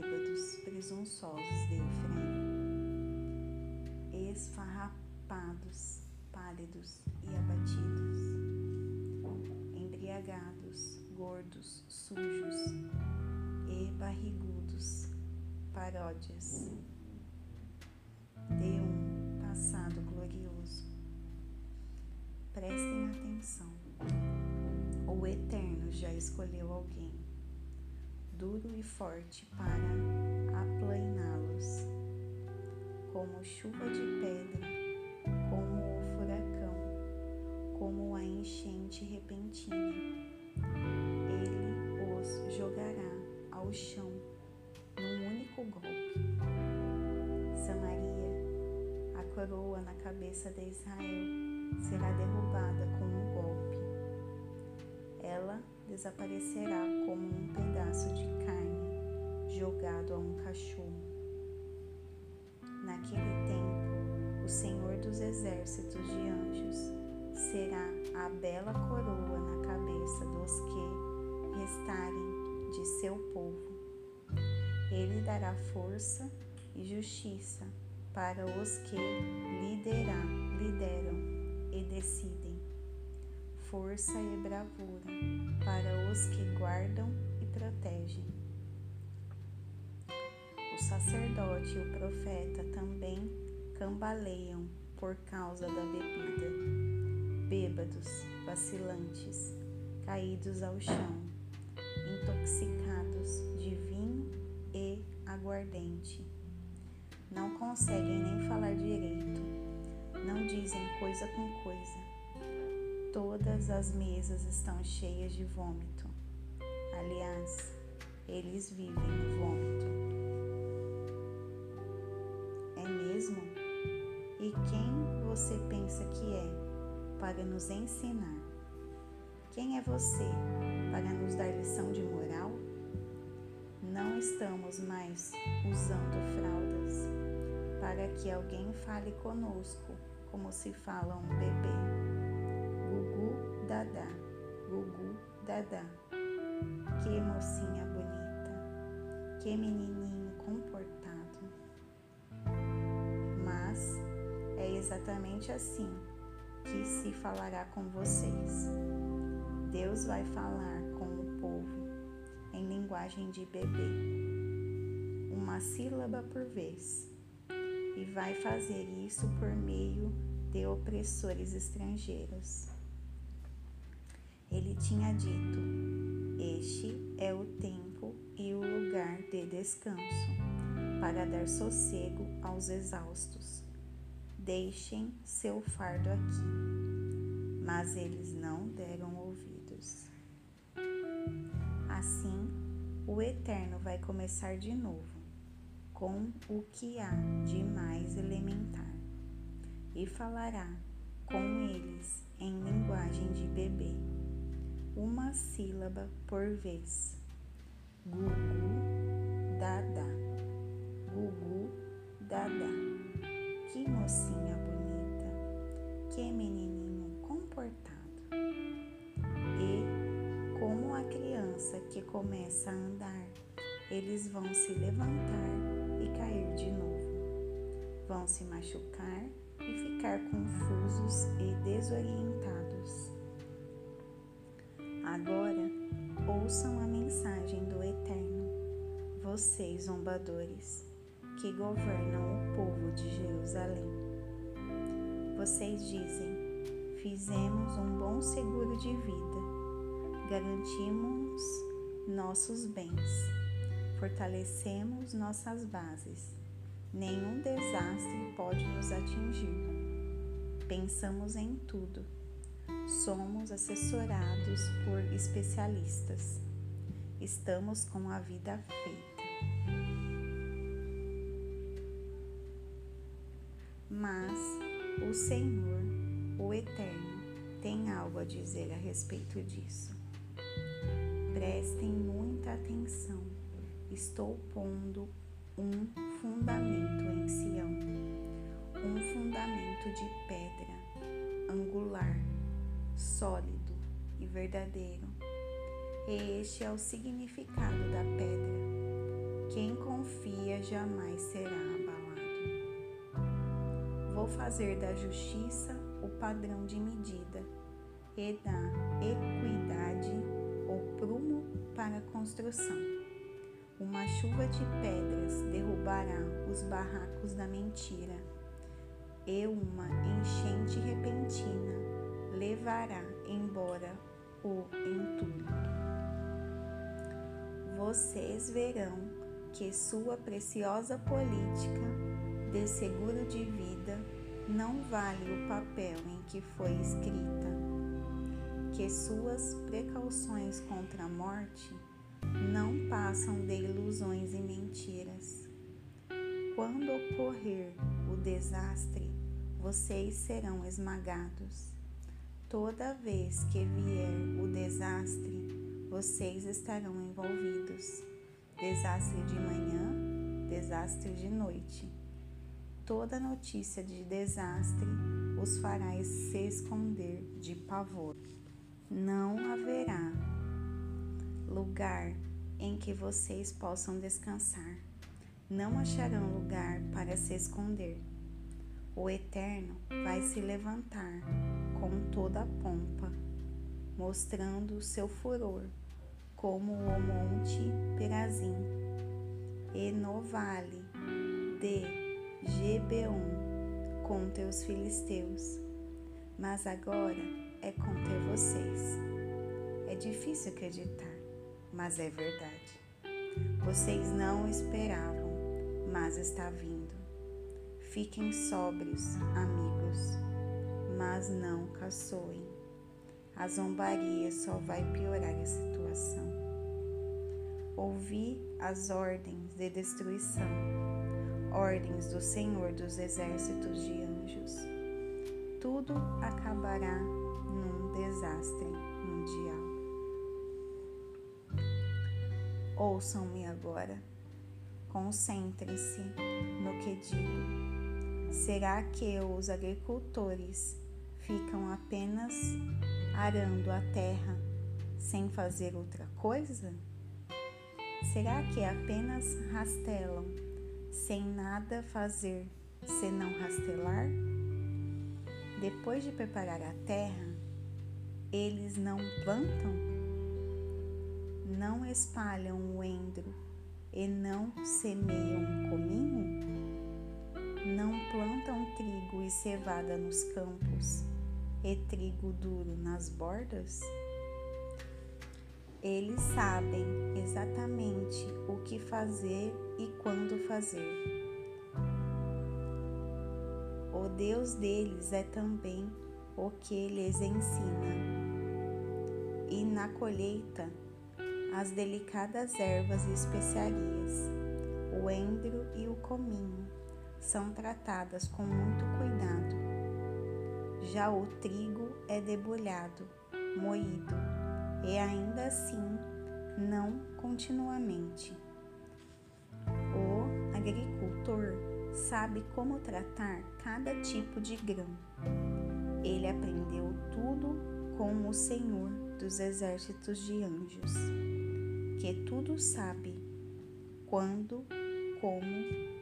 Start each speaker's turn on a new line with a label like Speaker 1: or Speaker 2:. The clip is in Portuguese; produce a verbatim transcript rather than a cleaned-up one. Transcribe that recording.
Speaker 1: bêbados presunçosos de Efraim, esfarrapados, pálidos e abatidos, embriagados, gordos, sujos e barrigudos, paródias de um passado glorioso. Prestem atenção. O Eterno já escolheu alguém, duro e forte, para aplainá-los, como chuva de pedra, como o furacão, como a enchente repentina. Ele os jogará ao chão num único golpe. Samaria, a coroa na cabeça de Israel, será derrubada com um golpe. Ela desaparecerá como um pedaço de carne jogado a um cachorro. Naquele tempo, o Senhor dos exércitos de anjos será a bela coroa na cabeça dos que restarem de seu povo. Ele dará força e justiça para os que lideram, lideram e decidem, força e bravura para os que guardam e protegem. O sacerdote e o profeta também cambaleiam por causa da bebida, bêbados, vacilantes, caídos ao chão, intoxicados de vinho e aguardente. Não conseguem nem falar direito, não dizem coisa com coisa. Todas as mesas estão cheias de vômito. Aliás, eles vivem no vômito. É mesmo? E quem você pensa que é para nos ensinar? Quem é você para nos dar lição de moral? Não estamos mais usando fraldas para que alguém fale conosco como se fala um bebê. Gugu dadá, gugu dadá. Que mocinha bonita, que menininho comportado. Mas é exatamente assim que se falará com vocês. Deus vai falar com o povo em linguagem de bebê, uma sílaba por vez, e vai fazer isso por meio de opressores estrangeiros. Ele tinha dito: este é o tempo e o lugar de descanso, para dar sossego aos exaustos. Deixem seu fardo aqui. Mas eles não deram ouvidos. Assim, o Eterno vai começar de novo, com o que há de mais elementar, e falará com eles em linguagem de bebê, uma sílaba por vez. Gugu dadá, gugu dadá. Que mocinha bonita, que menininho comportado. E, como a criança que começa a andar, eles vão se levantar e cair de novo. Vão se machucar e ficar confusos e desorientados. Agora, ouçam a mensagem do Eterno, vocês zombadores, que governam o povo de Jerusalém. Vocês dizem: fizemos um bom seguro de vida, garantimos nossos bens, fortalecemos nossas bases, nenhum desastre pode nos atingir. Pensamos em tudo, somos assessorados por especialistas, estamos com a vida feita. Mas o Senhor, o Eterno, tem algo a dizer a respeito disso. Prestem muita atenção. Estou pondo um fundamento em Sião, um fundamento de pedra, angular, sólido e verdadeiro. E este é o significado da pedra. Quem confia confia jamais será abalado. Vou fazer da justiça o padrão de medida e da equidade o prumo para a construção. Uma chuva de pedras derrubará os barracos da mentira, e uma enchente repentina levará embora o entulho. Vocês verão que sua preciosa política de seguro de vida não vale o papel em que foi escrita, que suas precauções contra a morte não passam de ilusões e mentiras. Quando ocorrer o desastre, vocês serão esmagados. Toda vez que vier o desastre, vocês estarão envolvidos. Desastre de manhã, desastre de noite. Toda notícia de desastre os fará se esconder de pavor. Não haverá lugar em que vocês possam descansar. Não acharão lugar para se esconder. O Eterno vai se levantar com toda a pompa, mostrando seu furor, como o monte Perazim, e no vale de Gibeon contra os filisteus. Mas agora é contra vocês. É difícil acreditar, mas é verdade. Vocês não esperavam, mas está vindo. Fiquem sóbrios, amigos, mas não caçoem. A zombaria só vai piorar a situação. Ouvi as ordens de destruição, ordens do Senhor dos exércitos de anjos. Tudo acabará num desastre mundial. Ouçam-me agora. Concentrem-se no que digo. Será que os agricultores ficam apenas arando a terra sem fazer outra coisa? Será que apenas rastelam sem nada fazer senão rastelar? Depois de preparar a terra, eles não plantam? Não espalham o endro e não semeiam um cominho? Não plantam trigo e cevada nos campos e trigo duro nas bordas? Eles sabem exatamente o que fazer e quando fazer. O Deus deles é também o que lhes ensina. E na colheita, as delicadas ervas e especiarias, o endro e o cominho, são tratadas com muito cuidado. Já o trigo é debulhado, moído, e ainda assim não continuamente. O agricultor sabe como tratar cada tipo de grão. Ele aprendeu tudo com o Senhor dos exércitos de anjos, que tudo sabe, quando, como